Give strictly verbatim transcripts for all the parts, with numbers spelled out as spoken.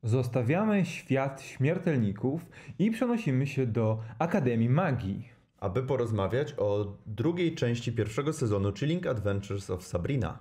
Zostawiamy świat śmiertelników i przenosimy się do Akademii Magii. Aby porozmawiać o drugiej części pierwszego sezonu Chilling Adventures of Sabrina.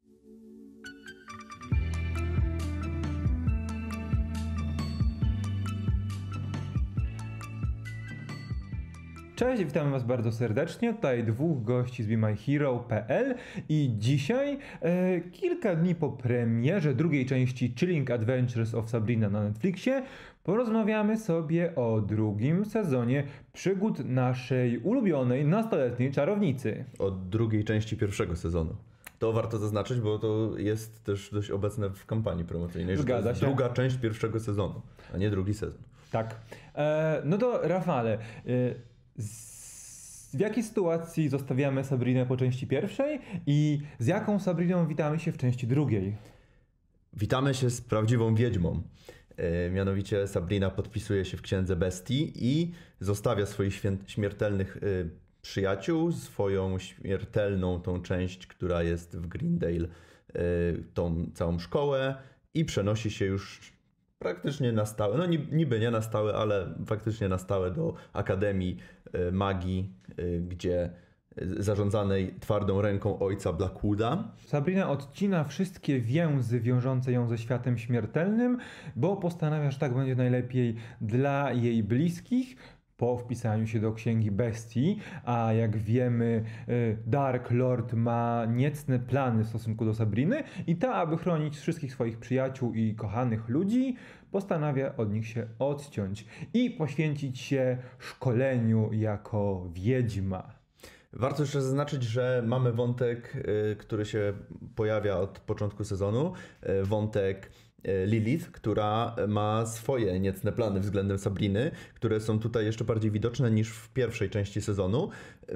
Cześć, witamy Was bardzo serdecznie. Tutaj dwóch gości z Be My Hero kropka pe el i dzisiaj, e, kilka dni po premierze drugiej części Chilling Adventures of Sabrina na Netflixie, porozmawiamy sobie o drugim sezonie przygód naszej ulubionej nastoletniej czarownicy. O drugiej części pierwszego sezonu. To warto zaznaczyć, bo to jest też dość obecne w kampanii promocyjnej. Zgadza że to jest się. Druga część pierwszego sezonu, a nie drugi sezon. Tak. E, no to Rafale, e, z, w jakiej sytuacji zostawiamy Sabrinę po części pierwszej i z jaką Sabriną witamy się w części drugiej? Witamy się z prawdziwą wiedźmą. E, mianowicie Sabrina podpisuje się w Księdze Bestii i zostawia swoich świę- śmiertelnych e, przyjaciół, swoją śmiertelną tą część, która jest w Greendale, e, tą całą szkołę i przenosi się już praktycznie na stałe, no niby nie na stałe, ale faktycznie na stałe do Akademii Magii, gdzie zarządzanej twardą ręką ojca Blackwooda. Sabrina odcina wszystkie więzy wiążące ją ze światem śmiertelnym, bo postanawia, że tak będzie najlepiej dla jej bliskich po wpisaniu się do Księgi Bestii, a jak wiemy Dark Lord ma niecne plany w stosunku do Sabriny i ta, aby chronić wszystkich swoich przyjaciół i kochanych ludzi, postanawia od nich się odciąć i poświęcić się szkoleniu jako wiedźma. Warto jeszcze zaznaczyć, że mamy wątek, który się pojawia od początku sezonu, wątek Lilith, która ma swoje niecne plany względem Sabriny, które są tutaj jeszcze bardziej widoczne niż w pierwszej części sezonu.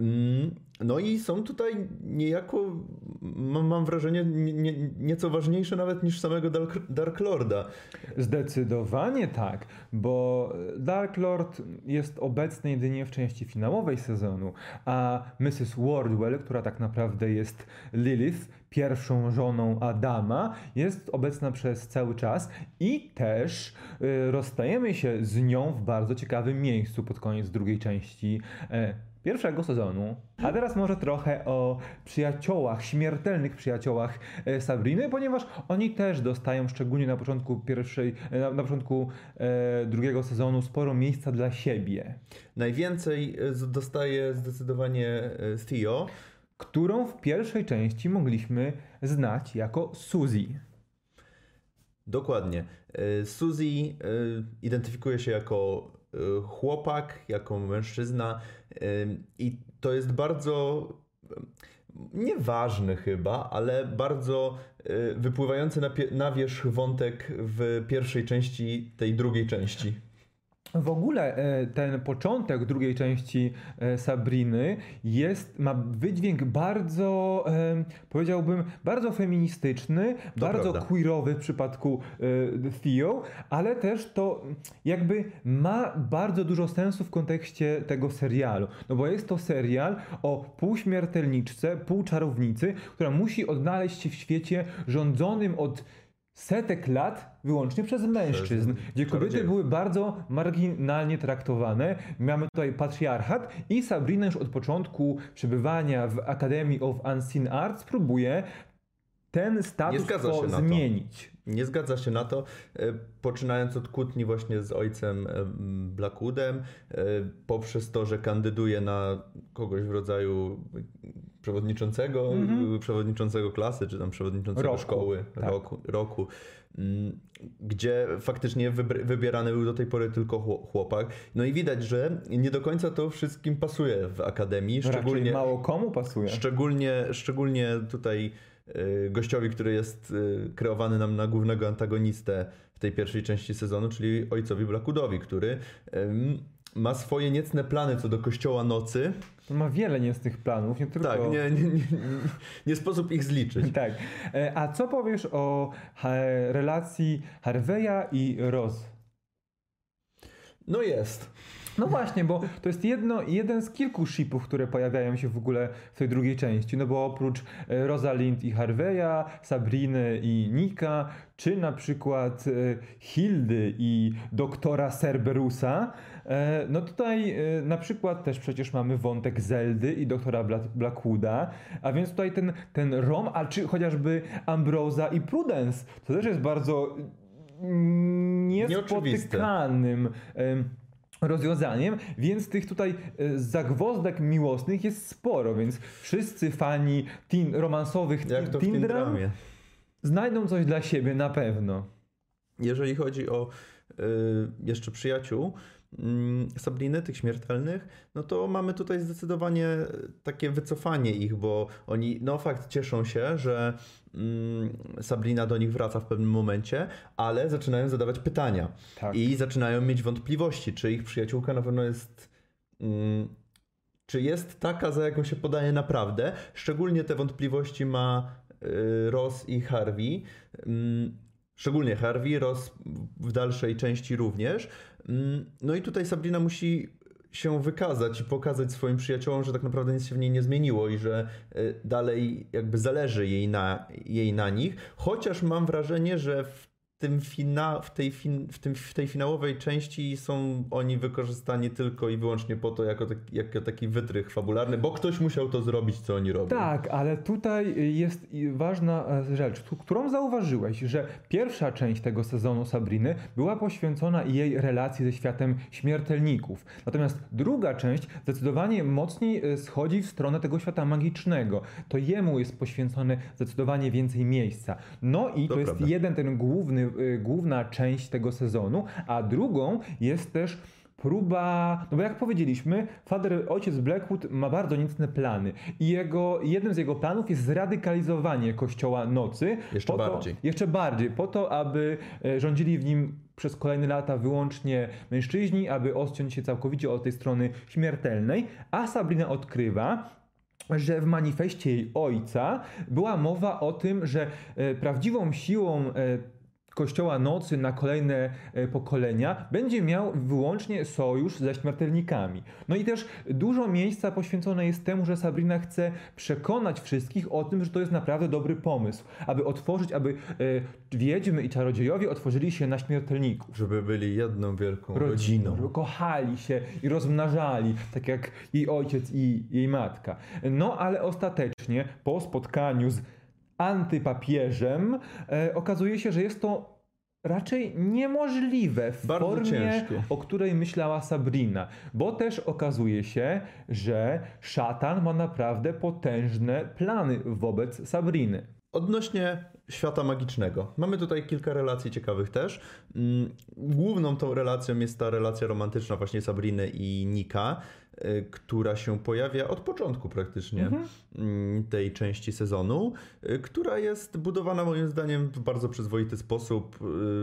No i są tutaj niejako, mam wrażenie, nie, nieco ważniejsze nawet niż samego Dark, Dark Lorda. Zdecydowanie tak, bo Dark Lord jest obecny jedynie w części finałowej sezonu, a missus Wardwell, która tak naprawdę jest Lilith, pierwszą żoną Adama, jest obecna przez cały czas i też y, rozstajemy się z nią w bardzo ciekawym miejscu pod koniec drugiej części y, pierwszego sezonu. A teraz może trochę o przyjaciołach, śmiertelnych przyjaciołach y, Sabriny, ponieważ oni też dostają, szczególnie na początku pierwszej, na, na początku y, drugiego sezonu, sporo miejsca dla siebie. Najwięcej dostaje zdecydowanie Theo, którą w pierwszej części mogliśmy znać jako Suzy. Dokładnie. Suzy identyfikuje się jako chłopak, jako mężczyzna i to jest bardzo nieważny chyba, ale bardzo wypływający na, pie- na wierzch wątek w pierwszej części tej drugiej części. W ogóle ten początek drugiej części Sabriny jest, ma wydźwięk bardzo, powiedziałbym, bardzo feministyczny, To bardzo prawda. queerowy w przypadku Theo, ale też to jakby ma bardzo dużo sensu w kontekście tego serialu. No bo jest to serial o półśmiertelniczce, półczarownicy, która musi odnaleźć się w świecie rządzonym od setek lat wyłącznie przez mężczyzn, gdzie kobiety były bardzo marginalnie traktowane. Mamy tutaj patriarchat i Sabrina już od początku przebywania w Academy of Unseen Arts próbuje ten status quo zmienić. Nie zgadza się na to, poczynając od kłótni właśnie z ojcem Blackwoodem, poprzez to, że kandyduje na kogoś w rodzaju przewodniczącego, mm-hmm. przewodniczącego klasy, czy tam przewodniczącego roku, szkoły, tak. roku, roku, gdzie faktycznie wybierany był do tej pory tylko chłopak. No i widać, że nie do końca to wszystkim pasuje w Akademii. Szczególnie Raczej mało komu pasuje. Szczególnie, szczególnie tutaj gościowi, który jest kreowany nam na głównego antagonistę w tej pierwszej części sezonu, czyli ojcowi Blackwoodowi, który ma swoje niecne plany co do Kościoła Nocy. On ma wiele niecnych planów, nie tylko... Tak, nie, nie, nie, nie sposób ich zliczyć. Tak. A co powiesz o relacji Harveya i Rose? No jest. No właśnie, bo to jest jedno, jeden z kilku shipów, które pojawiają się w ogóle w tej drugiej części, no bo oprócz Rosalind i Harveya, Sabriny i Nika, czy na przykład Hildy i doktora Cerberusa, no tutaj na przykład też przecież mamy wątek Zeldy i doktora Blackwooda, a więc tutaj ten, ten rom, a czy chociażby Ambrosa i Prudence, to też jest bardzo niespotykanym rozwiązaniem, więc tych tutaj zagwozdek miłosnych jest sporo, więc wszyscy fani teen, romansowych Jak to teen w dram znajdą coś dla siebie na pewno. Jeżeli chodzi o y, jeszcze przyjaciół y, Sabriny, tych śmiertelnych, no to mamy tutaj zdecydowanie takie wycofanie ich, bo oni, no fakt, cieszą się, że y, Sabrina do nich wraca w pewnym momencie, ale zaczynają zadawać pytania Tak. i zaczynają mieć wątpliwości, czy ich przyjaciółka na pewno jest... Y, czy jest taka, za jaką się podaje naprawdę. Szczególnie te wątpliwości ma y, Ross i Harvey. Y, Szczególnie Harvey, Ross w dalszej części również. No i tutaj Sabrina musi się wykazać i pokazać swoim przyjaciołom, że tak naprawdę nic się w niej nie zmieniło i że dalej jakby zależy jej na, jej na nich. Chociaż mam wrażenie, że w tym fina, w, tej fin, w, tym, w tej finałowej części są oni wykorzystani tylko i wyłącznie po to, jako, tak, jako taki wytrych fabularny, bo ktoś musiał to zrobić, co oni robią. Tak, ale tutaj jest ważna rzecz, którą zauważyłeś, że pierwsza część tego sezonu Sabriny była poświęcona jej relacji ze światem śmiertelników. Natomiast druga część zdecydowanie mocniej schodzi w stronę tego świata magicznego. To jemu jest poświęcone zdecydowanie więcej miejsca. No i to, to jest prawda. jeden ten główny główna część tego sezonu, a drugą jest też próba, no bo jak powiedzieliśmy, Father, ojciec Blackwood ma bardzo niecne plany i jego, jednym z jego planów jest zradykalizowanie Kościoła Nocy. Jeszcze to, bardziej. Jeszcze bardziej, po to, aby rządzili w nim przez kolejne lata wyłącznie mężczyźni, aby odciąć się całkowicie od tej strony śmiertelnej, a Sabrina odkrywa, że w manifestie jej ojca była mowa o tym, że prawdziwą siłą Kościoła Nocy na kolejne pokolenia będzie miał wyłącznie sojusz ze śmiertelnikami. No i też dużo miejsca poświęcone jest temu, że Sabrina chce przekonać wszystkich o tym, że to jest naprawdę dobry pomysł, aby otworzyć, aby wiedźmy i czarodziejowie otworzyli się na śmiertelników. Żeby byli jedną wielką rodziną. rodziną. Kochali się i rozmnażali, tak jak jej ojciec i jej matka. No ale ostatecznie po spotkaniu z antypapieżem e, okazuje się, że jest to raczej niemożliwe w Bardzo formie, ciężko. o której myślała Sabrina. Bo też okazuje się, że szatan ma naprawdę potężne plany wobec Sabriny. Odnośnie świata magicznego. Mamy tutaj kilka relacji ciekawych też. Główną tą relacją jest ta relacja romantyczna właśnie Sabriny i Nika, która się pojawia od początku praktycznie mhm. tej części sezonu, która jest budowana moim zdaniem w bardzo przyzwoity sposób.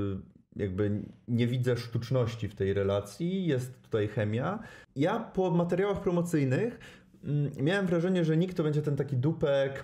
Jakby nie widzę sztuczności w tej relacji, jest tutaj chemia. Ja po materiałach promocyjnych miałem wrażenie, że Nick to będzie ten taki dupek,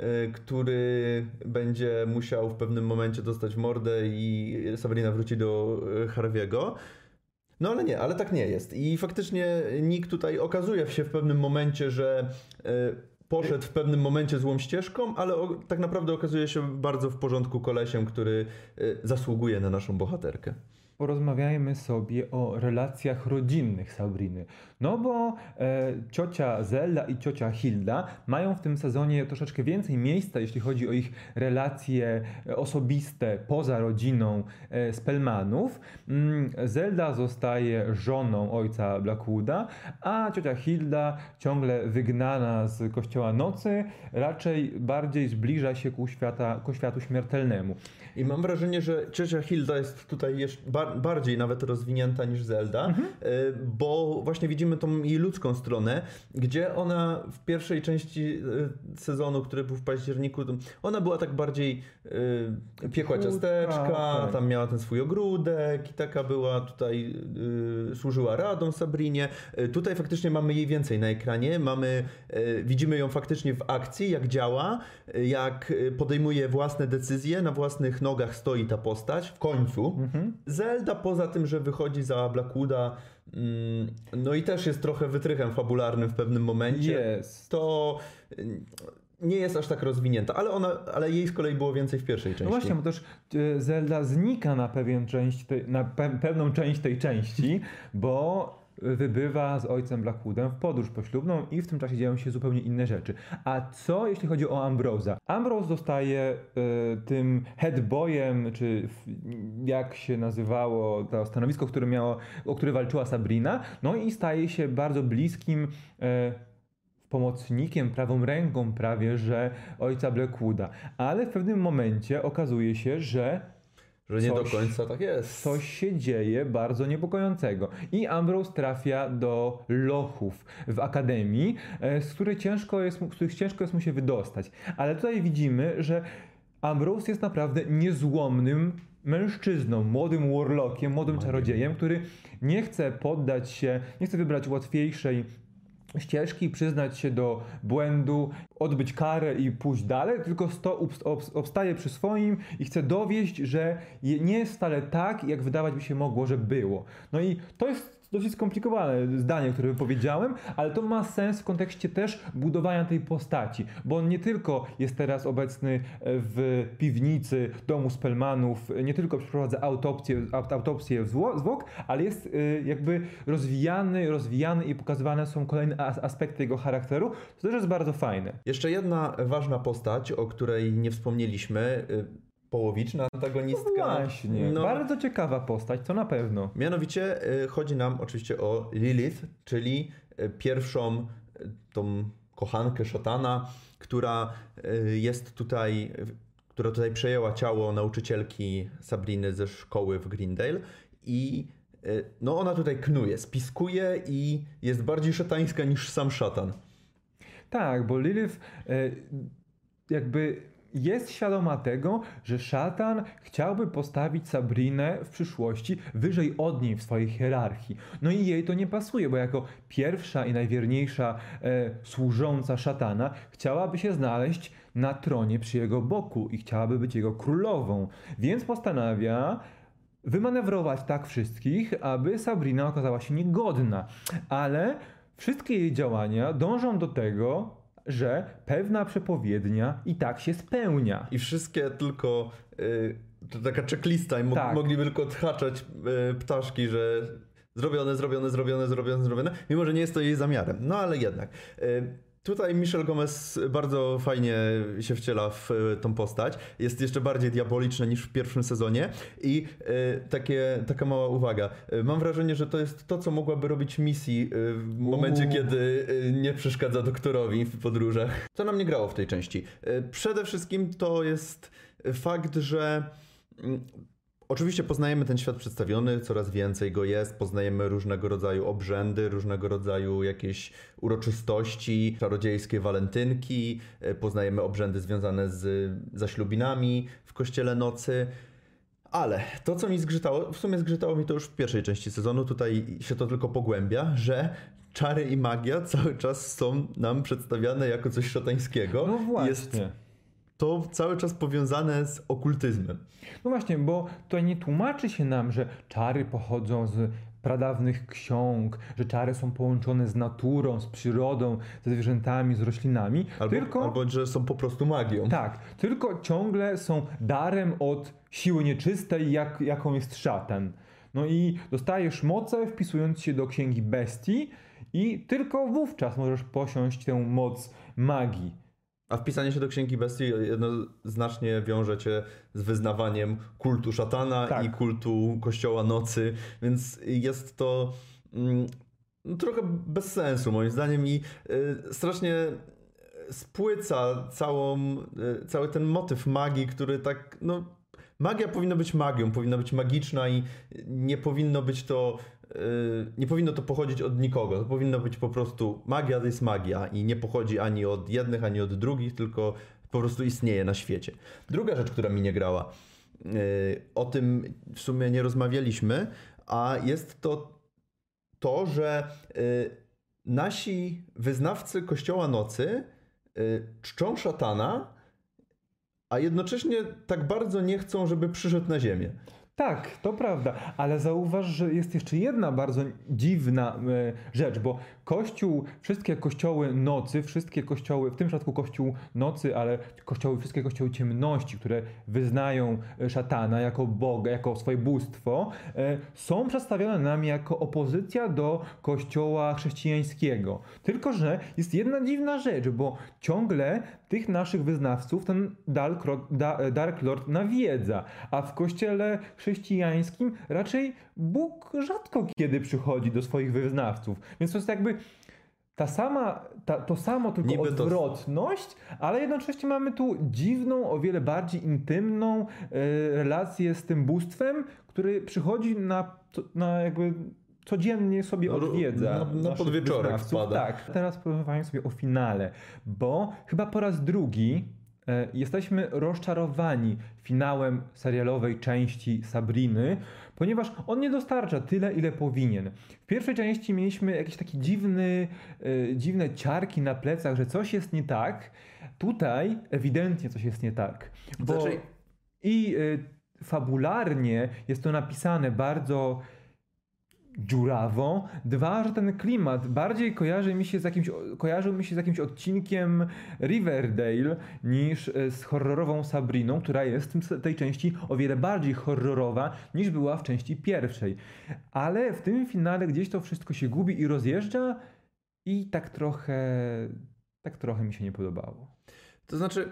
który będzie musiał w pewnym momencie dostać mordę i Sabrina wróci do Harvey'ego. No ale nie, ale tak nie jest. I faktycznie Nick tutaj okazuje się w pewnym momencie, że poszedł w pewnym momencie złą ścieżką, ale tak naprawdę okazuje się bardzo w porządku kolesiem, który zasługuje na naszą bohaterkę. Porozmawiajmy sobie o relacjach rodzinnych Sabriny. No bo e, ciocia Zelda i ciocia Hilda mają w tym sezonie troszeczkę więcej miejsca, jeśli chodzi o ich relacje osobiste poza rodziną e, Spellmanów. Mm, Zelda zostaje żoną ojca Blackwooda, a ciocia Hilda, ciągle wygnana z Kościoła Nocy, raczej bardziej zbliża się ku, świata, ku światu śmiertelnemu. I mam wrażenie, że ciocia Hilda jest tutaj jeszcze bar- bardziej nawet rozwinięta niż Zelda, mhm. bo właśnie widzimy tą jej ludzką stronę, gdzie ona w pierwszej części sezonu, który był w październiku, ona była tak bardziej yy, piekła ciasteczka, tam miała ten swój ogródek i taka była tutaj, yy, służyła radą Sabrinie. Yy, tutaj faktycznie mamy jej więcej na ekranie, mamy, yy, widzimy ją faktycznie w akcji, jak działa, yy, jak podejmuje własne decyzje, na własnych nogach stoi ta postać, w końcu. Mhm. Zelda Zelda poza tym, że wychodzi za Blackwooda, no i też jest trochę wytrychem fabularnym w pewnym momencie, jest. to nie jest aż tak rozwinięta, ale ona, ale jej z kolei było więcej w pierwszej części. No właśnie, bo też Zelda znika na, pewien część tej, na pe- pewną część tej części, bo wybywa z ojcem Blackwoodem w podróż poślubną i w tym czasie dzieją się zupełnie inne rzeczy. A co jeśli chodzi o Ambrose'a? Ambrose zostaje y, tym headboyem, czy jak się nazywało to stanowisko, które miało, o które walczyła Sabrina, no i staje się bardzo bliskim y, pomocnikiem, prawą ręką prawie, że ojca Blackwooda. Ale w pewnym momencie okazuje się, że Że nie coś, do końca tak jest. Coś się dzieje bardzo niepokojącego. I Ambrose trafia do lochów w akademii, z których ciężko jest, z których ciężko jest mu się wydostać. Ale tutaj widzimy, że Ambrose jest naprawdę niezłomnym mężczyzną, młodym warlockiem, młodym czarodziejem, który nie chce poddać się, nie chce wybrać łatwiejszej ścieżki, przyznać się do błędu, odbyć karę i pójść dalej, tylko sto, obstaje przy swoim i chce dowieść, że nie jest wcale tak, jak wydawać by się mogło, że było. No i to jest dosyć skomplikowane zdanie, które wypowiedziałem, ale to ma sens w kontekście też budowania tej postaci, bo on nie tylko jest teraz obecny w piwnicy domu Spellmanów, nie tylko przeprowadza autopsję, autopsję zwłok, ale jest jakby rozwijany, rozwijany i pokazywane są kolejne aspekty jego charakteru, to też jest bardzo fajne. Jeszcze jedna ważna postać, o której nie wspomnieliśmy, połowiczna antagonistka. No właśnie, no, bardzo ciekawa postać, to na pewno. Mianowicie y, chodzi nam oczywiście o Lilith, czyli y, pierwszą y, tą kochankę szatana, która y, jest tutaj, y, która tutaj przejęła ciało nauczycielki Sabriny ze szkoły w Greendale i y, no ona tutaj knuje, spiskuje i jest bardziej szatańska niż sam szatan. Tak, bo Lilith y, jakby jest świadoma tego, że szatan chciałby postawić Sabrinę w przyszłości wyżej od niej w swojej hierarchii. No i jej to nie pasuje, bo jako pierwsza i najwierniejsza e, służąca szatana chciałaby się znaleźć na tronie przy jego boku i chciałaby być jego królową. Więc postanawia wymanewrować tak wszystkich, aby Sabrina okazała się niegodna. Ale wszystkie jej działania dążą do tego, że pewna przepowiednia i tak się spełnia. I wszystkie tylko, yy, to taka checklista i mo- tak. mogliby tylko odhaczać yy, ptaszki, że zrobione, zrobione, zrobione, zrobione, zrobione, mimo że nie jest to jej zamiarem. No ale jednak. Yy, tutaj Michelle Gomez bardzo fajnie się wciela w y, tą postać. Jest jeszcze bardziej diaboliczna niż w pierwszym sezonie i y, takie, taka mała uwaga. Y, mam wrażenie, że to jest to, co mogłaby robić Missy y, w momencie, Uuu. kiedy y, nie przeszkadza doktorowi w podróżach. Co nam nie grało w tej części? Y, przede wszystkim to jest fakt, że y, oczywiście poznajemy ten świat przedstawiony, coraz więcej go jest, poznajemy różnego rodzaju obrzędy, różnego rodzaju jakieś uroczystości, czarodziejskie walentynki, poznajemy obrzędy związane z zaślubinami w Kościele Nocy. Ale to, co mi zgrzytało, w sumie zgrzytało mi to już w pierwszej części sezonu, tutaj się to tylko pogłębia, że czary i magia cały czas są nam przedstawiane jako coś szatańskiego. No właśnie. Jest to cały czas powiązane z okultyzmem. No właśnie, bo tutaj nie tłumaczy się nam, że czary pochodzą z pradawnych ksiąg, że czary są połączone z naturą, z przyrodą, ze zwierzętami, z roślinami. Albo, tylko, albo że są po prostu magią. Tak, tylko ciągle są darem od siły nieczystej, jak, jaką jest szatan. No i dostajesz moce wpisując się do księgi bestii i tylko wówczas możesz posiąść tę moc magii. A wpisanie się do Księgi Bestii jednoznacznie wiąże cię z wyznawaniem kultu szatana tak. i kultu Kościoła Nocy, więc jest to mm, trochę bez sensu moim zdaniem i y, strasznie spłyca całą, y, cały ten motyw magii, który tak, no magia powinna być magią, powinna być magiczna i nie powinno być to nie powinno to pochodzić od nikogo. To powinno być po prostu magia to jest magia i nie pochodzi ani od jednych, ani od drugich, tylko po prostu istnieje na świecie. Druga rzecz, która mi nie grała, o tym w sumie nie rozmawialiśmy, a jest to to, że nasi wyznawcy Kościoła Nocy czczą szatana, a jednocześnie tak bardzo nie chcą, żeby przyszedł na ziemię. Tak, to prawda, ale zauważ, że jest jeszcze jedna bardzo dziwna e, rzecz, bo Kościół, wszystkie kościoły nocy, wszystkie kościoły, w tym przypadku Kościół nocy, ale kościoły, wszystkie kościoły ciemności, które wyznają szatana jako Boga, jako swoje bóstwo, e, są przedstawione nam jako opozycja do Kościoła chrześcijańskiego. Tylko że jest jedna dziwna rzecz, bo ciągle tych naszych wyznawców ten Dark Lord, Dark Lord nawiedza, a w kościele chrześcijańskim raczej Bóg rzadko kiedy przychodzi do swoich wyznawców. Więc to jest jakby ta sama, ta, to samo, tylko Niby odwrotność, to... ale jednocześnie mamy tu dziwną, o wiele bardziej intymną e, relację z tym bóstwem, który przychodzi na, na jakby codziennie sobie odwiedza. Na, na podwieczorek wpada. Tak. Teraz porozmawiamy sobie o finale, bo chyba po raz drugi e, jesteśmy rozczarowani finałem serialowej części Sabriny, ponieważ on nie dostarcza tyle, ile powinien. W pierwszej części mieliśmy jakieś takie dziwny, e, dziwne ciarki na plecach, że coś jest nie tak. Tutaj ewidentnie coś jest nie tak. Bo znaczy... I e, fabularnie jest to napisane bardzo dziurawo. Dwa, że ten klimat bardziej kojarzy mi się z jakimś, kojarzył mi się z jakimś odcinkiem Riverdale niż z horrorową Sabriną, która jest w tej części o wiele bardziej horrorowa niż była w części pierwszej. Ale w tym finale gdzieś to wszystko się gubi i rozjeżdża i tak trochę tak trochę mi się nie podobało. To znaczy...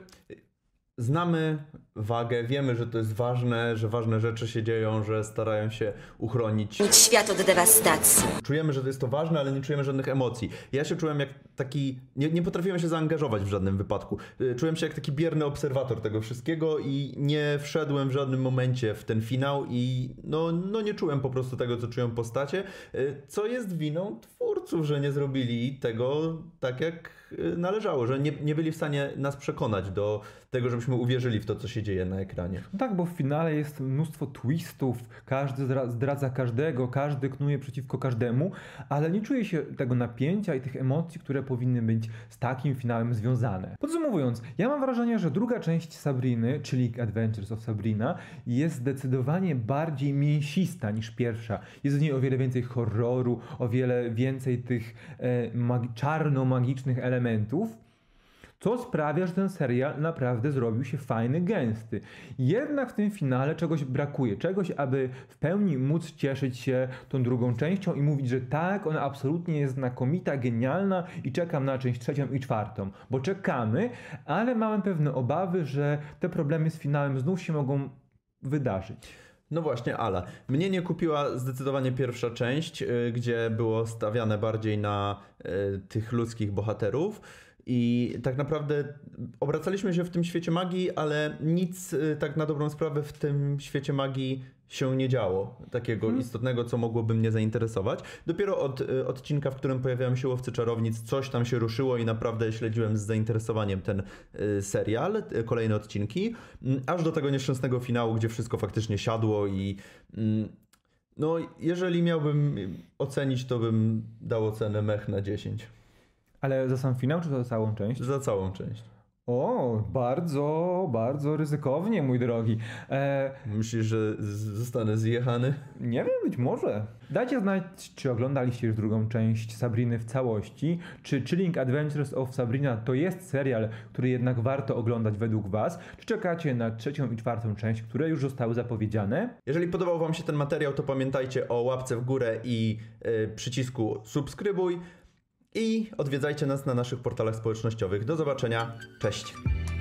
Znamy wagę, wiemy, że to jest ważne, że ważne rzeczy się dzieją, że starają się uchronić świat od dewastacji. Czujemy, że to jest to ważne, ale nie czujemy żadnych emocji. Ja się czułem jak taki... Nie, nie potrafiłem się zaangażować w żadnym wypadku. Czułem się jak taki bierny obserwator tego wszystkiego i nie wszedłem w żadnym momencie w ten finał i no, no nie czułem po prostu tego, co czują postacie, co jest winą twórców, że nie zrobili tego tak, jak należało, że nie, nie byli w stanie nas przekonać do tego, żebyśmy uwierzyli w to, co się dzieje na ekranie. No tak, bo w finale jest mnóstwo twistów, każdy zdradza każdego, każdy knuje przeciwko każdemu, ale nie czuje się tego napięcia i tych emocji, które powinny być z takim finałem związane. Podsumowując, ja mam wrażenie, że druga część Sabriny, czyli Adventures of Sabrina, jest zdecydowanie bardziej mięsista niż pierwsza. Jest w niej o wiele więcej horroru, o wiele więcej tych e, magi- czarno-magicznych elementów, co sprawia, że ten serial naprawdę zrobił się fajny, gęsty. Jednak w tym finale czegoś brakuje. Czegoś, aby w pełni móc cieszyć się tą drugą częścią i mówić, że tak, ona absolutnie jest znakomita, genialna i czekam na część trzecią i czwartą. Bo czekamy, ale mamy pewne obawy, że te problemy z finałem znów się mogą wydarzyć. No właśnie, Ala. Mnie nie kupiła zdecydowanie pierwsza część, yy, gdzie było stawiane bardziej na yy, tych ludzkich bohaterów. I tak naprawdę obracaliśmy się w tym świecie magii, ale nic tak na dobrą sprawę w tym świecie magii się nie działo. Takiego hmm. istotnego, co mogłoby mnie zainteresować. Dopiero od odcinka, w którym pojawiają się Łowcy Czarownic, coś tam się ruszyło i naprawdę śledziłem z zainteresowaniem ten serial, kolejne odcinki, aż do tego nieszczęsnego finału, gdzie wszystko faktycznie siadło i... No, jeżeli miałbym ocenić, to bym dał ocenę mech na dziesięć. Ale za sam finał, czy za całą część? Za całą część. O, bardzo, bardzo ryzykownie, mój drogi. E... Myślisz, że zostanę zjechany? Nie wiem, być może. Dajcie znać, czy oglądaliście już drugą część Sabriny w całości, czy Chilling Adventures of Sabrina to jest serial, który jednak warto oglądać według was, czy czekacie na trzecią i czwartą część, które już zostały zapowiedziane. Jeżeli podobał wam się ten materiał, to pamiętajcie o łapce w górę i yy, przycisku subskrybuj. I odwiedzajcie nas na naszych portalach społecznościowych. Do zobaczenia. Cześć.